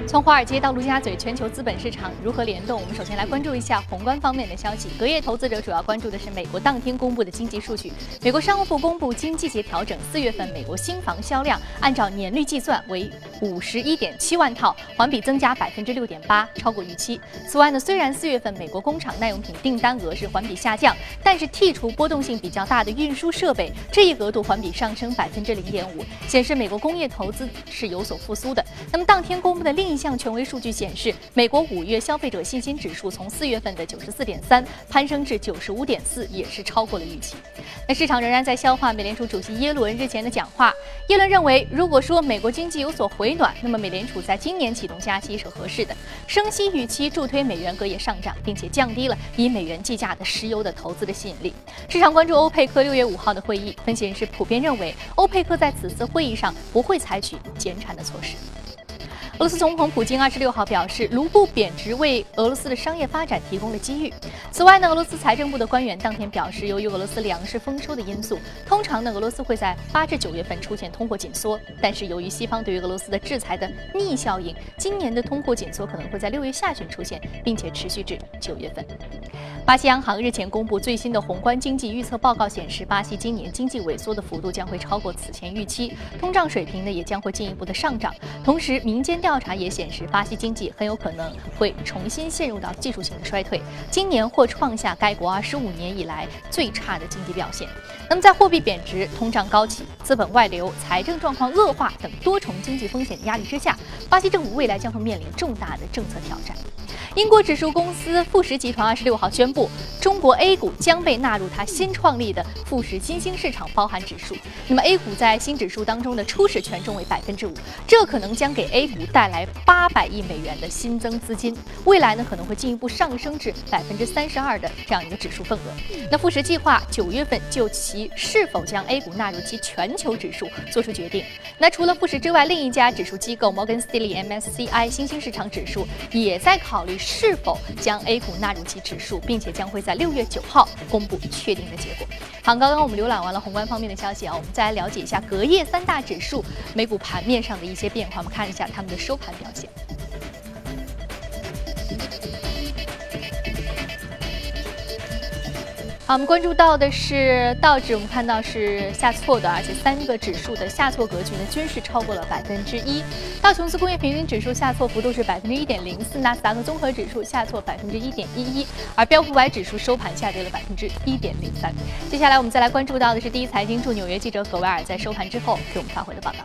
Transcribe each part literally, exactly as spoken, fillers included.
从华尔街到陆家嘴，全球资本市场如何联动？我们首先来关注一下宏观方面的消息。隔夜投资者主要关注的是美国当天公布的经济数据。美国商务部公布经季节调整，四月份美国新房销量按照年率计算为五十一点七万套，环比增加百分之六点八，超过预期。此外呢，虽然四月份美国工厂耐用品订单额是环比下降，但是剔除波动性比较大的运输设备，这一额度环比上升百分之零点五，显示美国工业投资是有所复苏的。那么当天公布的另一项权威数据显示，美国五月消费者信心指数从四月份的九十四点三攀升至九十五点四，也是超过了预期。那市场仍然在消化美联储主席耶伦日前的讲话。耶伦认为，如果说美国经济有所回暖，那么美联储在今年启动加息是合适的。升息预期助推美元隔夜上涨，并且降低了以美元计价的石油的投资的吸引力。市场关注欧佩克六月五号的会议，分析人士普遍认为，欧佩克在此次会议上不会采取减产的措施。俄罗斯总统普京二十六号表示，卢布贬值为俄罗斯的商业发展提供了机遇。此外呢，俄罗斯财政部的官员当天表示，由于俄罗斯粮食丰收的因素，通常呢俄罗斯会在八至九月份出现通货紧缩，但是由于西方对于俄罗斯的制裁的逆效应，今年的通货紧缩可能会在六月下旬出现，并且持续至九月份。巴西央行日前公布最新的宏观经济预测报告显示，巴西今年经济萎缩的幅度将会超过此前预期，通胀水平呢也将会进一步的上涨。同时，民间调查也显示，巴西经济很有可能会重新陷入到技术性的衰退，今年或创下该国二十五年以来最差的经济表现。那么，在货币贬值、通胀高企、资本外流、财政状况恶化等多重经济风险的压力之下，巴西政府未来将会面临重大的政策挑战。英国指数公司富时集团二十六号宣布，中国 A 股将被纳入它新创立的富时新兴市场包含指数。那么 A 股在新指数当中的初始权重为百分之五，这可能将给 A 股带来八百亿美元的新增资金，未来呢可能会进一步上升至百分之三十二的这样一个指数份额。那富时计划九月份就其是否将 A 股纳入其全球指数做出决定。那除了富时之外，另一家指数机构摩根斯丹利 M S C I 新兴市场指数也在考虑是否将 A 股纳入其指数，并且将会在六月九号公布确定的结果。好，刚刚我们浏览完了宏观方面的消息啊，我们再来了解一下隔夜三大指数美股盘面上的一些变化。我们看一下他们的收盘表现。好，我们关注到的是道指，我们看到是下挫的，而且三个指数的下挫格局呢均是超过了百分之一。道琼斯工业平均指数下挫幅度是百分之一点零四，纳斯达克综合指数下挫百分之一点一一，而标普百指数收盘下跌了百分之一点零三。接下来我们再来关注到的是第一财经驻纽约记者葛维尔在收盘之后给我们发回的报道。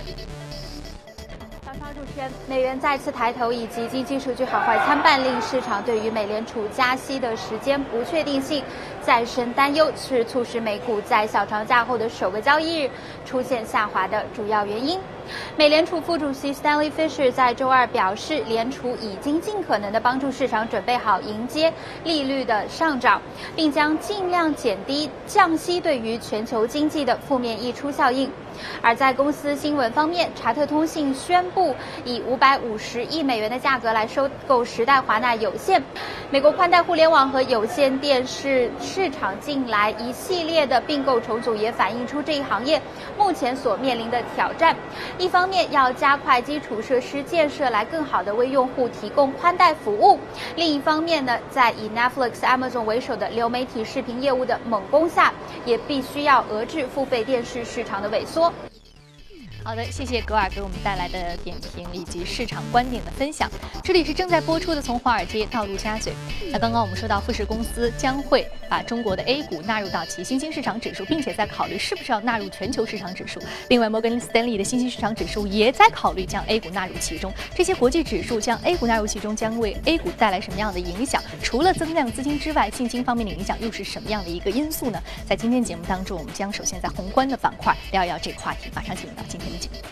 主持人，美元再次抬头以及经济数据好坏参半，令市场对于美联储加息的时间不确定性再生担忧，是促使美股在小长假后的首个交易日出现下滑的主要原因。美联储副主席 Stanley Fischer 在周二表示，联储已经尽可能地帮助市场准备好迎接利率的上涨，并将尽量减低降息对于全球经济的负面溢出效应。而在公司新闻方面，查特通信宣布以五百五十亿美元的价格来收购时代华纳有线。美国宽带互联网和有线电视市场近来一系列的并购重组也反映出这一行业目前所面临的挑战。一方面要加快基础设施建设来更好地为用户提供宽带服务，另一方面呢，在以 Netflix、Amazon 为首的流媒体视频业务的猛攻下，也必须要遏制付费电视市场的萎缩。 好的，谢谢格尔给我们带来的点评以及市场观点的分享。这里是正在播出的《从华尔街到陆家嘴》。那刚刚我们说到，富时公司将会把中国的 A 股纳入到其新兴市场指数，并且在考虑是不是要纳入全球市场指数。另外，摩根斯丹利的新兴市场指数也在考虑将 A 股纳入其中。这些国际指数将 A 股纳入其中，将为 A 股带来什么样的影响？除了增量资金之外，信心方面的影响又是什么样的一个因素呢？在今天节目当中，我们将首先在宏观的板块聊一聊这个话题。马上进入到今天的节目。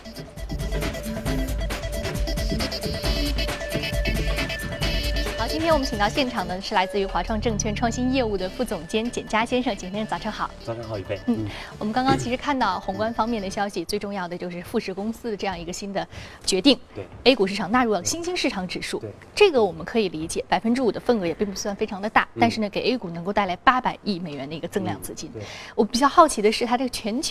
好，今天我们请到现场呢是来自于华创证券创新业务的副总监简佳先生。简先生早上好。 早上好，宇飞。 嗯，我们刚刚其实看到宏观方面的消息，最重要的就是富时公司的这样一个新的决定， 对 A 股市场纳入了新兴市场指数。 对， 这个我们可以理解，百分之五的份额也并不算非常的大，嗯、但是呢，给 A 股能够带来八百亿美元的一个增量资金。 嗯、 我比较好奇的是，它这个全球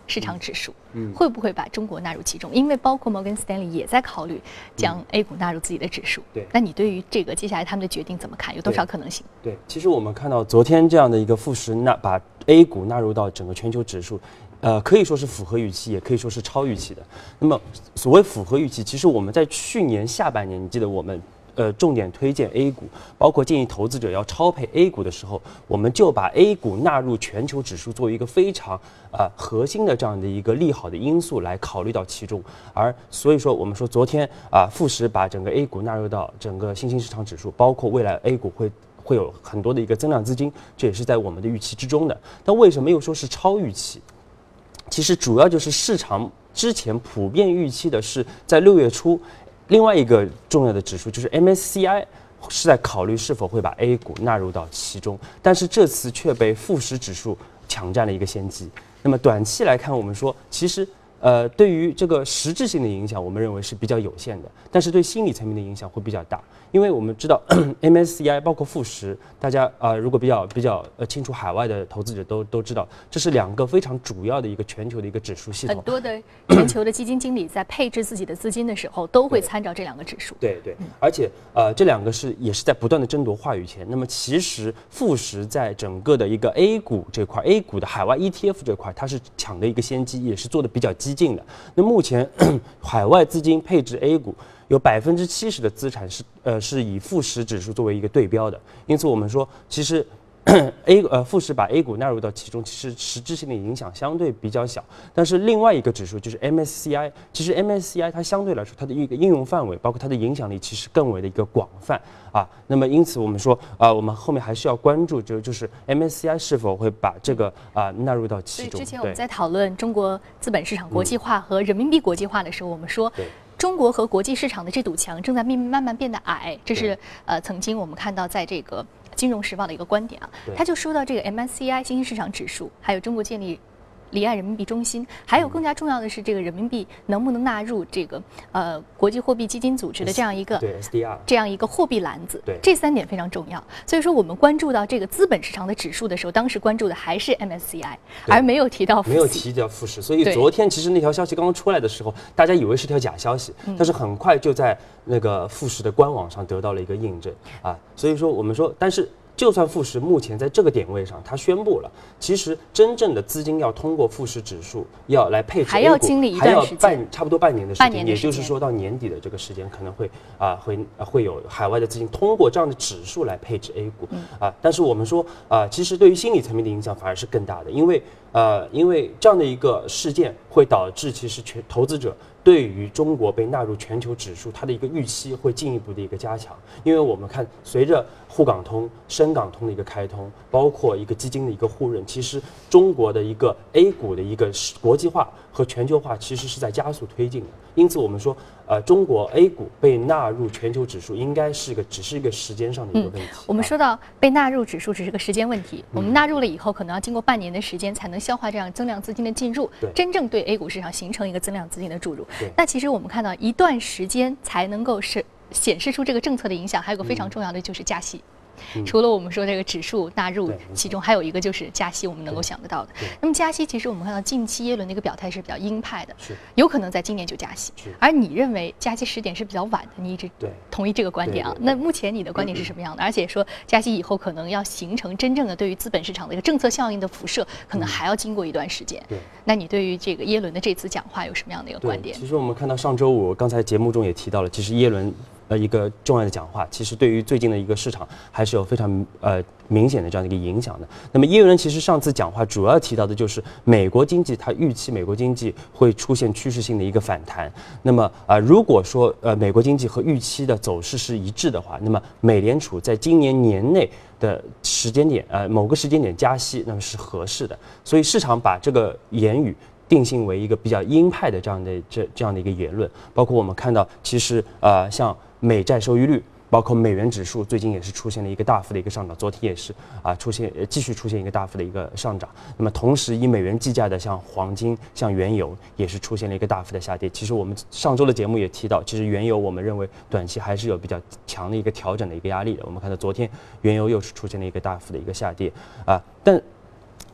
市场指数，嗯，会不会把中国纳入其中？因为包括摩根斯丹利也在考虑将 A 股纳入自己的指数。 对， 那你对于这个接下来他们的决定怎么看？有多少可能性？ 对，对其实我们看到昨天这样的一个富时纳把 A 股纳入到整个全球指数。呃，可以说是符合预期，也可以说是超预期的。那么，所谓符合预期，其实我们在去年下半年，你记得我们呃重点推荐 A 股，包括建议投资者要超配 A 股的时候，我们就把 A 股纳入全球指数作为一个非常呃核心的这样的一个利好的因素来考虑到其中。而所以说，我们说昨天啊、呃，富时把整个 A 股纳入到整个新兴市场指数，包括未来 A 股会。会有很多的一个增量资金，这也是在我们的预期之中的。但为什么又说是超预期？其实主要就是市场之前普遍预期的是在六月初，另外一个重要的指数就是 M S C I 是在考虑是否会把 A 股纳入到其中，但是这次却被富时指数抢占了一个先机。那么短期来看，我们说其实。呃，对于这个实质性的影响，我们认为是比较有限的，但是对心理层面的影响会比较大，因为我们知道 M S C I 包括富时，大家啊、呃，如果比较比较呃清楚海外的投资者都都知道，这是两个非常主要的一个全球的一个指数系统。 很多的全球的基金经理在配置自己的资金的时候，都会参照这两个指数。 对对，而且呃，这两个是也是在不断的争夺话语权。那么其实富时在整个的一个 A 股这块 ，A 股的海外 E T F 这块，它是抢的一个先机，也是做的比较激进的。那目前海外资金配置 A 股有百分之七十的资产是呃是以富时指数作为一个对标的，因此我们说其实。A 呃富时把 A 股纳入到其中，其实实质性的影响相对比较小。但是另外一个指数就是 M S C I， 其实 M S C I 它相对来说它的一个应用范围，包括它的影响力，其实更为的一个广泛啊。那么因此我们说啊、呃，我们后面还是要关注，就就是 M S C I 是否会把这个啊、呃、纳入到其中。 所以之前我们在讨论中国资本市场国际化和人民币国际化的时候，我们说。中国和国际市场的这堵墙正在慢慢慢变得矮，这是呃曾经我们看到在这个《金融时报》的一个观点啊，他就说到这个 M S C I 新兴市场指数，还有中国建立离岸人民币中心，还有更加重要的是这个人民币能不能纳入这个呃国际货币基金组织的这样一个对 S D R 这样一个货币篮子， 对， 这三点非常重要。所以说我们关注到这个资本市场的指数的时候，当时关注的还是 M S C I， 而没有提到没有提到富时。所以昨天其实那条消息刚刚出来的时候，大家以为是条假消息，但是很快就在那个富时的官网上得到了一个印证啊。所以说我们说，但是。就算富时目前在这个点位上，它宣布了，其实真正的资金要通过富时指数要来配置 A 股， 还要经历一段时间， 还要半差不多半年的时间， 半年的时间也就是说到年底的这个时间可能会啊、呃、会、呃、会有海外的资金通过这样的指数来配置 A 股啊、呃。但是我们说啊、呃，其实对于心理层面的影响反而是更大的，因为呃因为这样的一个事件会导致其实全投资者。对于中国被纳入全球指数，它的一个预期会进一步的一个加强，因为我们看随着沪港通、深港通的一个开通，包括一个基金的一个互认，其实中国的一个 A 股的一个国际化和全球化其实是在加速推进的。因此，我们说，呃，中国 A 股被纳入全球指数，应该是个只是一个时间上的一个问题。 嗯、我们说到被纳入指数只是个时间问题，嗯、我们纳入了以后，可能要经过半年的时间才能消化这样增量资金的进入，真正对 A 股市场形成一个增量资金的注入。那其实我们看到一段时间才能够是显示出这个政策的影响，还有个非常重要的就是加息。嗯、除了我们说这个指数纳入其中，还有一个就是加息，我们能够想得到的。那么加息，其实我们看到近期耶伦的一个表态是比较鹰派的，有可能在今年就加息。而你认为加息时点是比较晚的，你一直同意这个观点啊？那目前你的观点是什么样的？而且说加息以后可能要形成真正的对于资本市场的一个政策效应的辐射，可能还要经过一段时间。对，那你对于这个耶伦的这次讲话有什么样的一个观点？ 其实我们看到上周五，刚才节目中也提到了，其实耶伦。呃，一个重要的讲话，其实对于最近的一个市场还是有非常呃明显的这样的一个影响的。那么耶伦其实上次讲话主要提到的就是美国经济，他预期美国经济会出现趋势性的一个反弹。那么啊、呃，如果说呃美国经济和预期的走势是一致的话，那么美联储在今年年内的时间点，呃某个时间点加息，那么是合适的。所以市场把这个言语定性为一个比较鹰派的这样的这这样的一个言论，包括我们看到，其实呃像美债收益率，包括美元指数，最近也是出现了一个大幅的一个上涨，昨天也是啊出现呃继续出现一个大幅的一个上涨。那么同时以美元计价的像黄金、像原油也是出现了一个大幅的下跌。其实我们上周的节目也提到，其实原油我们认为短期还是有比较强的一个调整的一个压力的。我们看到昨天原油又是出现了一个大幅的一个下跌啊，但。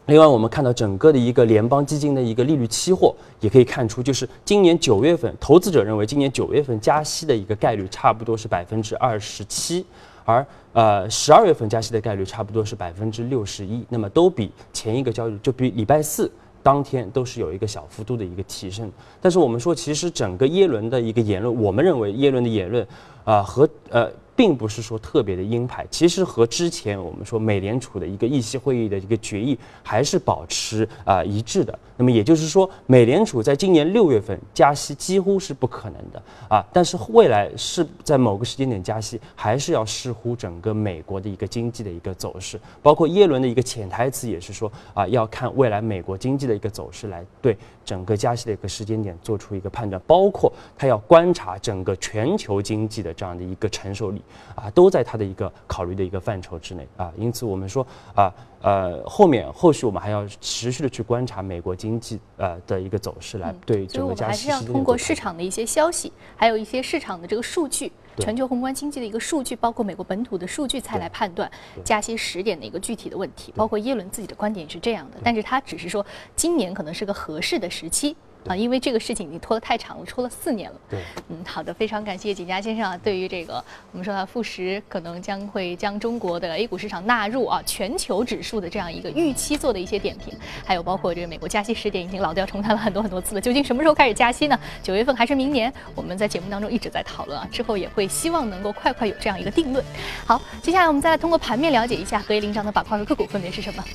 另外，我们看到整个的一个联邦基金的一个利率期货，也可以看出，就是今年九月份，投资者认为今年九月份加息的一个概率差不多是百分之二十七，而呃十二月份加息的概率差不多是百分之六十一，那么都比前一个交易日，就比礼拜四当天都是有一个小幅度的一个提升。但是我们说，其实整个耶伦的一个言论，我们认为耶伦的言论啊、呃、和呃。并不是说特别的鹰派，其实和之前我们说美联储的一个议息会议的一个决议还是保持啊、呃、一致的。那么也就是说，美联储在今年六月份加息几乎是不可能的啊，但是未来是在某个时间点加息，还是要视乎整个美国的一个经济的一个走势。包括耶伦的一个潜台词也是说啊，要看未来美国经济的一个走势来对整个加息的一个时间点做出一个判断，包括他要观察整个全球经济的这样的一个承受力。啊，都在他的一个考虑的一个范畴之内啊，因此我们说啊，呃，后面后续我们还要持续的去观察美国经济呃的一个走势，来对整个加息。 所以我们还是要通过市场的一些消息，还有一些市场的这个数据，全球宏观经济的一个数据，包括美国本土的数据，才来判断加息时点的一个具体的问题。包括耶伦自己的观点是这样的，但是他只是说今年可能是个合适的时期。啊，因为这个事情已经拖得太长了，拖了四年了。 对， 嗯，好的，非常感谢景家先生啊，对于这个我们说的富时可能将会将中国的 A 股市场纳入啊全球指数的这样一个预期做的一些点评，还有包括这个美国加息时点已经老调重弹了很多很多次了，究竟什么时候开始加息呢？九月份还是明年？我们在节目当中一直在讨论啊，之后也会希望能够快快有这样一个定论。好，接下来我们再来通过盘面了解一下隔夜领涨的板块和个股分别是什么。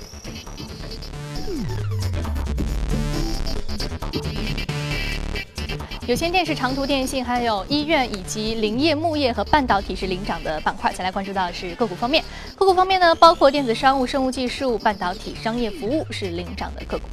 有线电视、长途电信，还有医院以及林业、牧业和半导体是领涨的板块。再来关注到的是个股方面，个股方面呢，包括电子商务、生物技术、半导体、商业服务是领涨的个股。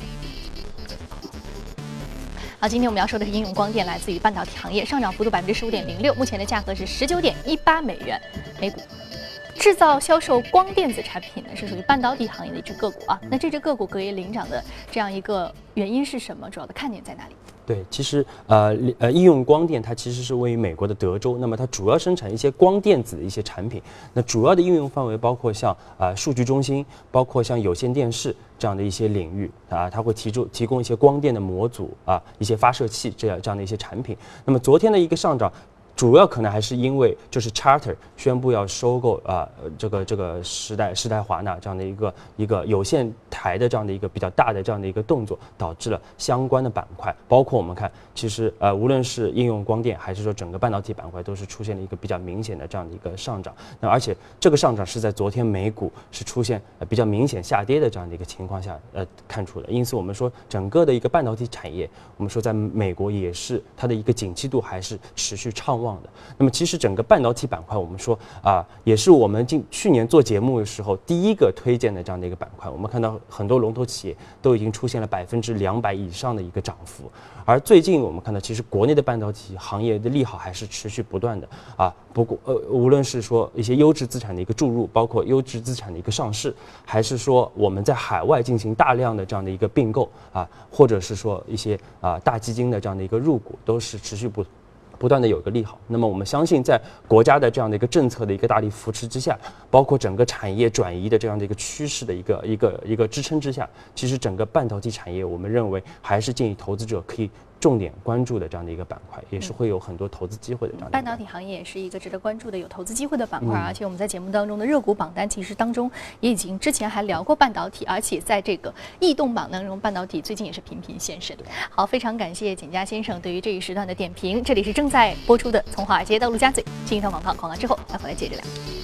好，今天我们要说的是应用光电，来自于半导体行业，上涨幅度百分之十五点零六，目前的价格是十九点一八美元每股。制造销售光电子产品呢，是属于半导体行业的一只个股啊。那这只个股隔夜领涨的这样一个原因是什么？主要的看点在哪里？ 对，其实呃呃，应用光电它其实是位于美国的德州，那么它主要生产一些光电子的一些产品。那主要的应用范围包括像啊、呃、数据中心，包括像有线电视这样的一些领域啊，它会提出提供一些光电的模组啊，一些发射器这样这样的一些产品。那么昨天的一个上涨，主要可能还是因为就是 Charter 宣布要收购啊、呃、这个这个时代时代华纳这样的一个一个有线台的这样的一个比较大的这样的一个动作，导致了相关的板块，包括我们看，其实呃无论是应用光电还是说整个半导体板块，都是出现了一个比较明显的这样的一个上涨。那而且这个上涨是在昨天美股是出现呃比较明显下跌的这样的一个情况下呃看出的。因此我们说整个的一个半导体产业，我们说在美国也是它的一个景气度还是持续畅旺的。那么其实整个半导体板块，我们说啊、呃，也是我们今去年做节目的时候第一个推荐的这样的一个板块。我们看到很多龙头企业都已经出现了百分之两百以上的一个涨幅，而最近我们看到，其实国内的半导体行业的利好还是持续不断的啊。不过呃，无论是说一些优质资产的一个注入，包括优质资产的一个上市，还是说我们在海外进行大量的这样的一个并购啊，或者是说一些啊大基金的这样的一个入股，都是持续不。不断的有一个利好，那么我们相信，在国家的这样的一个政策的一个大力扶持之下，包括整个产业转移的这样的一个趋势的一个一个一个支撑之下，其实整个半导体产业，我们认为还是建议投资者可以重点关注的这样的一个板块，也是会有很多投资机会的这样的。 半导体行业也是一个值得关注的有投资机会的板块，而且我们在节目当中的热股榜单其实当中也已经之前还聊过半导体，而且在这个异动榜当中，半导体最近也是频频现身。好，非常感谢简家先生对于这一时段的点评。这里是正在播出的《从华尔街到陆家嘴》，进一段广告，广告之后再回来接着聊。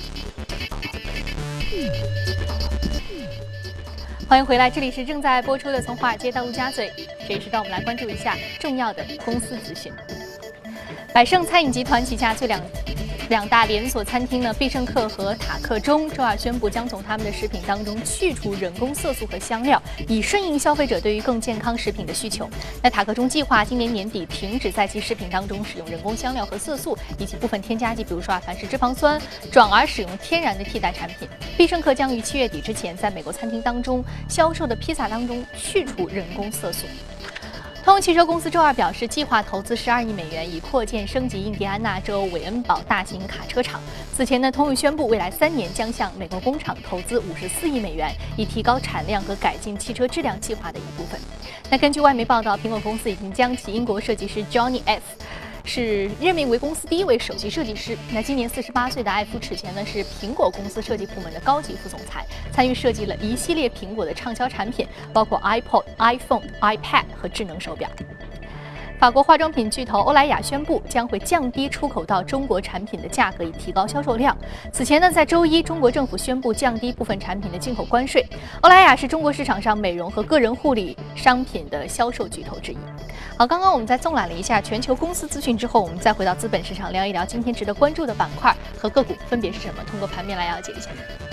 欢迎回来，这里是正在播出的《从华尔街到陆家嘴》，这一时段我们来关注一下重要的公司资讯。百胜餐饮集团旗下最两两大连锁餐厅呢，必胜客和塔克钟周二宣布将从他们的食品当中去除人工色素和香料，以顺应消费者对于更健康食品的需求。那塔克钟计划今年年底停止在其食品当中使用人工香料和色素以及部分添加剂，比如说啊反式脂肪酸，转而使用天然的替代产品。必胜客将于七月底之前在美国餐厅当中销售的披萨当中去除人工色素。 通用汽车公司周二表示，计划投资十二亿美元，以扩建升级印第安纳州韦恩堡大型卡车厂。此前呢，通用宣布未来三年将向美国工厂投资五十四亿美元，以提高产量和改进汽车质量计划的一部分。那根据外媒报道，苹果公司已经将其英国设计师 Johnny Ive 是任命为公司第一位首席设计师。那今年四十八岁的艾夫此前呢是苹果公司设计部门的高级副总裁，参与设计了一系列苹果的畅销产品，包括 iPod、iPhone、iPad 和智能手表。法国化妆品巨头欧莱雅宣布将会降低出口到中国产品的价格，以提高销售量。此前呢，在周一，中国政府宣布降低部分产品的进口关税。欧莱雅是中国市场上美容和个人护理商品的销售巨头之一。好，刚刚我们在纵览了一下全球公司资讯之后，我们再回到资本市场聊一聊今天值得关注的板块和个股分别是什么。通过盘面来了解一下。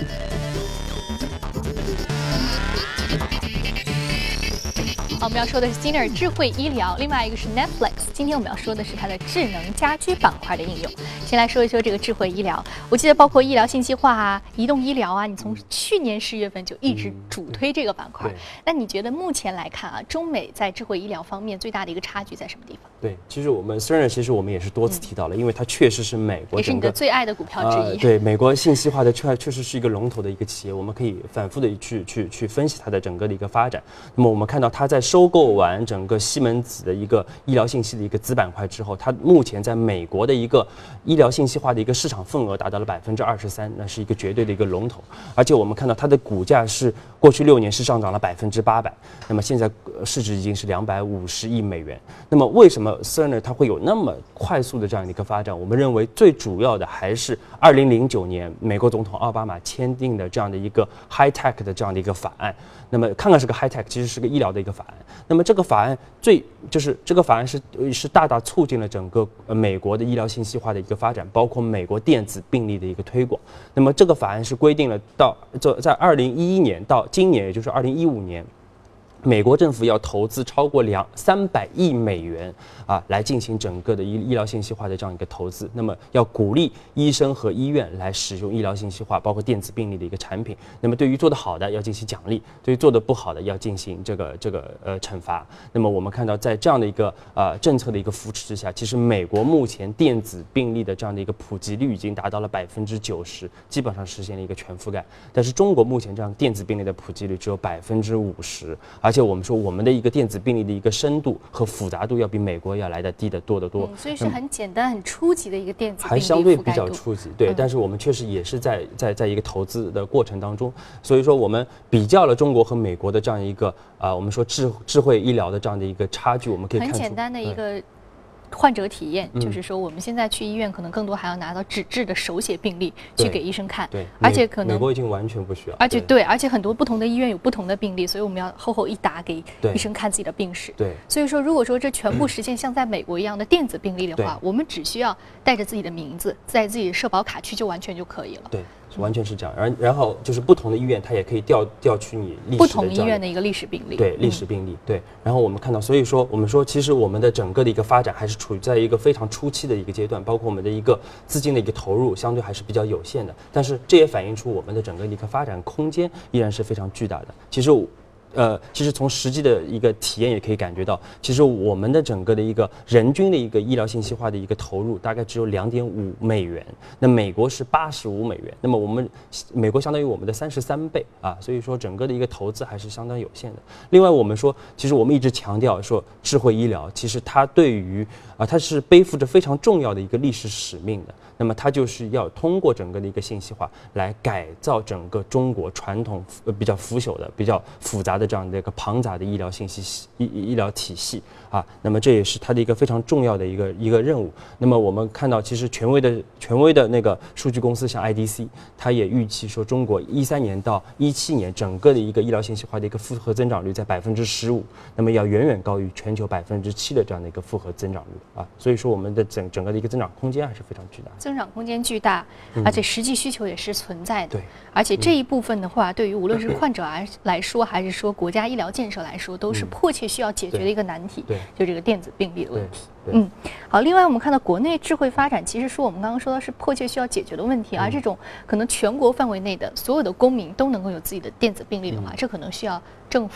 好，我们要说的是今日智慧医疗，另外一个是 Netflix。今天我们要说的是它的智能家居板块的应用。先来说一说这个智慧医疗，我记得包括医疗信息化啊、移动医疗啊，你从去年十月份就一直主推这个板块。嗯、那你觉得目前来看啊，中美在智慧医疗方面最大的一个差距在什么地方？ 对，其实我们 Cerner 其实我们也是多次提到了，嗯、因为它确实是美国也是你的最爱的股票之一。 呃、对，美国信息化的确确实是一个龙头的一个企业，我们可以反复的去去去分析它的整个的一个发展。那么我们看到它在收购完整个西门子的一个医疗信息的一个子板块之后，它目前在美国的一个医疗信息化的一个市场份额达到了百分之二十三，那是一个绝对的一个龙头。而且我们看到它的股价是过去六年是上涨了百分之八百，那么现在市值已经是两百五十亿美元。那么为什么 Cerner 它会有那么快速的这样的一个发展？我们认为最主要的还是二零零九年美国总统奥巴马签订的这样的一个 High Tech 的这样的一个法案。那么看看是个 High Tech， 其实是个医疗的一个法案。那么这个法案最就是这个法案是是大大促进了整个呃美国的医疗信息化的一个发展，包括美国电子病历的一个推广。那么这个法案是规定了到在二零一一年到今年，也就是二零一五年。美国政府要投资超过两三百亿美元啊，来进行整个的医医疗信息化的这样一个投资。那么要鼓励医生和医院来使用医疗信息化，包括电子病历的一个产品。那么对于做得好的要进行奖励，对于做得不好的要进行这个这个呃惩罚。那么我们看到，在这样的一个呃政策的一个扶持之下，其实美国目前电子病历的这样的一个普及率已经达到了百分之九十，基本上实现了一个全覆盖。但是中国目前这样电子病历的普及率只有百分之五十。而且我们说，我们的一个电子病历的一个深度和复杂度要比美国要来的低得多得多、 嗯，所以是很简单、很初级的一个电子病历， 还相对比较初级。对， 嗯、 但是我们确实也是在在在一个投资的过程当中，所以说我们比较了中国和美国的这样一个啊、呃，我们说智智慧医疗的这样的一个差距，我们可以看出很简单的一个。嗯患者体验就是说，我们现在去医院可能更多还要拿到纸质的手写病历去给医生看， 对， 而且可能美国已经完全不需要， 而且对，而且很多不同的医院有不同的病历，所以我们要厚厚一沓给医生看自己的病史。 对， 所以说如果说这全部实现像在美国一样的电子病历的话，我们只需要带着自己的名字，在自己的社保卡去就完全就可以了。 对。完全是这样，然然后就是不同的医院，它也可以调调取你历史的不同医院的一个历史病历， 对历史病历，嗯、对。然后我们看到，所以说我们说，其实我们的整个的一个发展还是处于在一个非常初期的一个阶段，包括我们的一个资金的一个投入相对还是比较有限的，但是这也反映出我们的整个的一个发展空间依然是非常巨大的。其实。呃，其实从实际的一个体验也可以感觉到，其实我们的整个的一个人均的一个医疗信息化的一个投入大概只有两点五美元，那美国是八十五美元，那么我们美国相当于我们的三十三倍啊，所以说整个的一个投资还是相当有限的。另外，我们说，其实我们一直强调说，智慧医疗其实它对于啊，它是背负着非常重要的一个历史使命的。那么它就是要通过整个的一个信息化来改造整个中国传统呃比较腐朽的、比较复杂的这样的一个庞杂的医疗信息医医疗体系啊。那么这也是它的一个非常重要的一个一个任务。那么我们看到，其实权威的权威的那个数据公司像 I D C， 它也预期说，中国一三年到一七年整个的一个医疗信息化的一个复合增长率在百分之十五，那么要远远高于全球百分之七的这样的一个复合增长率啊。所以说，我们的整整个的一个增长空间还是非常巨大的。 增长空间巨大，而且实际需求也是存在的。 对， 而且这一部分的话，对于无论是患者来说，还是说国家医疗建设来说，都是迫切需要解决的一个难题。 对， 就这个电子病历的问题。 嗯， 好。另外，我们看到国内智慧发展，其实说我们刚刚说的是迫切需要解决的问题，而这种可能全国范围内的所有的公民都能够有自己的电子病历的话，这可能需要政府。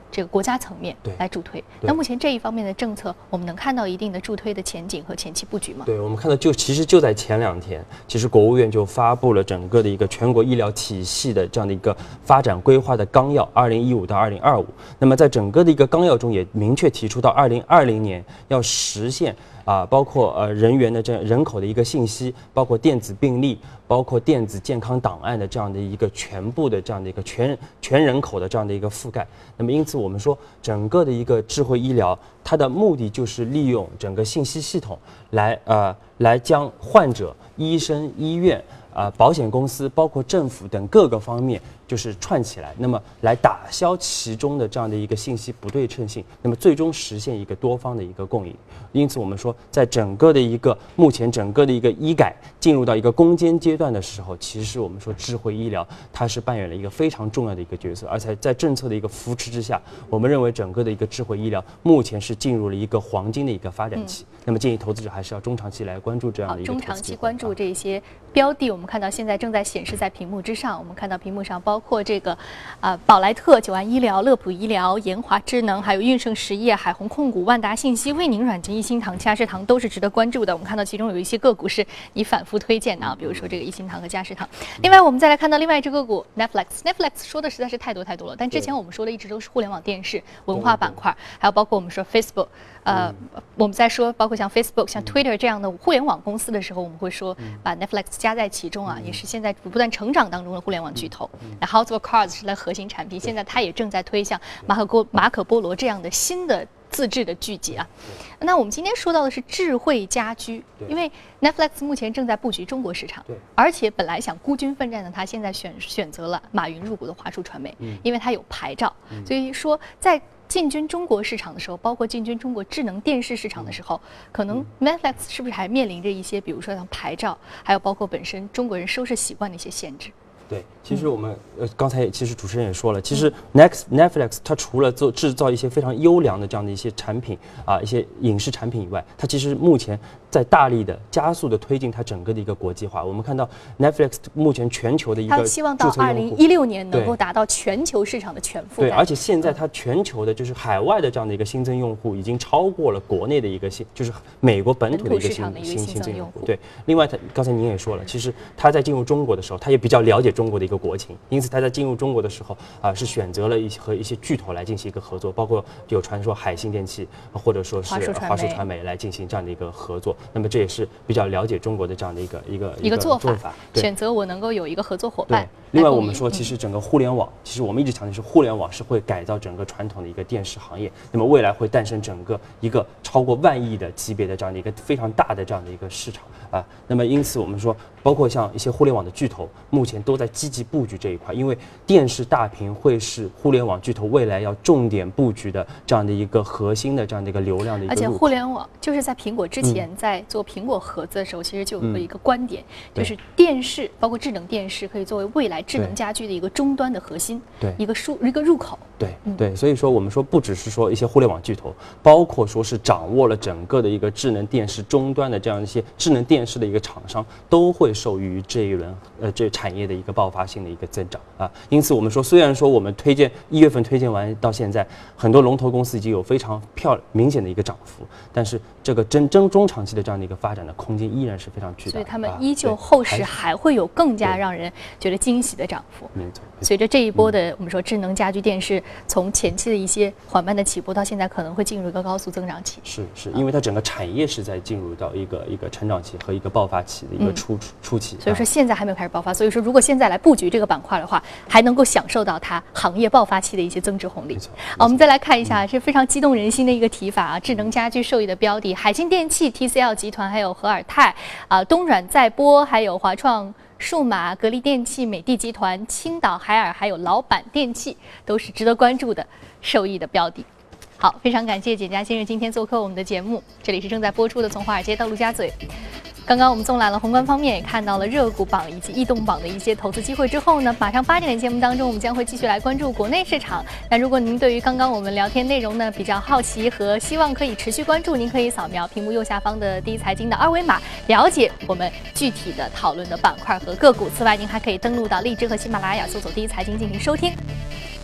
这个国家层面来助推。那目前这一方面的政策，我们能看到一定的助推的前景和前期布局吗？ 对，我们看到就其实就在前两天，其实国务院就发布了整个的一个全国医疗体系的这样的一个发展规划的纲要，二零一五到二零二五。那么在整个的一个纲要中，也明确提出到二零二零年要实现。啊，包括呃人员的这人口的一个信息，包括电子病历，包括电子健康档案的这样的一个全部的这样的一个全全人口的这样的一个覆盖。那么因此我们说，整个的一个智慧医疗，它的目的就是利用整个信息系统来呃来将患者、医生、医院。啊，保险公司包括政府等各个方面就是串起来，那么来打消其中的这样的一个信息不对称性，那么最终实现一个多方的一个共赢。因此，我们说，在整个的一个目前整个的一个医改进入到一个攻坚阶段的时候，其实我们说智慧医疗它是扮演了一个非常重要的一个角色，而且在政策的一个扶持之下，我们认为整个的一个智慧医疗目前是进入了一个黄金的一个发展期。嗯、那么，建议投资者还是要中长期来关注这样的一个中长期关注这些标的。我们看到现在正在显示在屏幕之上，我们看到屏幕上包括这个，呃，宝莱特、九安医疗、乐普医疗、研华智能，还有运盛实业、海虹控股、万达信息、卫宁软件、一心堂、嘉士堂都是值得关注的。我们看到其中有一些个股是你反复推荐的啊，比如说这个一心堂和嘉士堂。另外，我们再来看到另外一只个股 Netflix。Netflix 说的实在是太多太多了，但之前我们说的一直都是互联网电视文化板块，还有包括我们说 Facebook。呃，我们在说包括像 Facebook、像 Twitter 这样的互联网公司的时候，我们会说把 Netflix 加在其中啊，也是现在不断成长当中的互联网巨头。那 House of Cards 是它核心产品，现在它也正在推向马可波马可波罗这样的新的自制的剧集啊。那我们今天说到的是智慧家居，因为 Netflix 目前正在布局中国市场，而且本来想孤军奋战的它，现在选选择了马云入股的华数传媒，因为它有牌照，所以说在进军中国市场的时候，包括进军中国智能电视市场的时候，可能 Netflix 是不是还面临着一些，比如说像牌照，还有包括本身中国人收视习惯的一些限制？ 对，其实我们呃刚才其实主持人也说了，其实 Next Netflix 它除了做制造一些非常优良的这样的一些产品啊，一些影视产品以外，它其实目前在大力的加速的推进它整个的一个国际化。我们看到 Netflix 目前全球的一个它希望到二零一六年能够达到全球市场的全覆盖。 对，而且现在它全球的就是海外的这样的一个新增用户已经超过了国内的一个新，就是美国本土的一个新新新增用户。对，另外它刚才您也说了，其实它在进入中国的时候，它也比较了解中国的一个国情，因此他在进入中国的时候啊、呃，是选择了一些和一些巨头来进行一个合作，包括有传说海信电器或者说是华数传媒来进行这样的一个合作。那么这也是比较了解中国的这样的一个一个一个做法， 做法选择我能够有一个合作伙伴。 另外我们说，其实整个互联网，其实我们一直强调是互联网是会改造整个传统的一个电视行业，那么未来会诞生整个一个超过万亿的级别的这样的一个非常大的这样的一个市场啊。那么因此我们说，包括像一些互联网的巨头，目前都在积极布局这一块，因为电视大屏会是互联网巨头未来要重点布局的这样的一个核心的这样的一个流量的一个。 而且互联网就是在苹果之前，嗯、在做苹果盒子的时候，其实就有一个观点，嗯、就是电视包括智能电视可以作为未来智能家居的一个终端的核心，对，一个入一个入口。 对对，所以说我们说不只是说一些互联网巨头，包括说是掌握了整个的一个智能电视终端的这样一些智能电视的一个厂商，都会受益于这一轮呃这产业的一个爆发性的一个增长啊。因此我们说，虽然说我们推荐一月份推荐完到现在，很多龙头公司已经有非常漂明显的一个涨幅，但是这个真真中长期的这样的一个发展的空间依然是非常巨大的， 所以他们依旧后市还会有更加让人觉得惊喜的涨幅。 没错， 随着这一波的我们说智能家居电视从前期的一些缓慢的起步，到现在可能会进入一个高速增长期。 是是，因为它整个产业是在进入到一个一个成长期和一个爆发期的一个初、嗯、初期。 所以说现在还没有开始爆发，所以说如果现在来布局这个板块的话，还能够享受到它行业爆发期的一些增值红利。 没错。 好，我们再来看一下，是非常激动人心的一个提法啊！智能家居受益的标的，海信电器、T C L 集团，还有和尔泰啊、东软载波，还有华创数码、格力电器、美的集团、青岛海尔，还有老板电器，都是值得关注的受益的标的。好，非常感谢简家先生今天做客我们的节目，这里是正在播出的从华尔街到陆家嘴。刚刚我们纵览了宏观方面，也看到了热股榜以及异动榜的一些投资机会之后呢，马上八点的节目当中，我们将会继续来关注国内市场。那如果您对于刚刚我们聊天内容呢比较好奇和希望可以持续关注，您可以扫描屏幕右下方的第一财经的二维码，了解我们具体的讨论的板块和个股。此外，您还可以登录到荔枝和喜马拉雅搜索第一财经进行收听。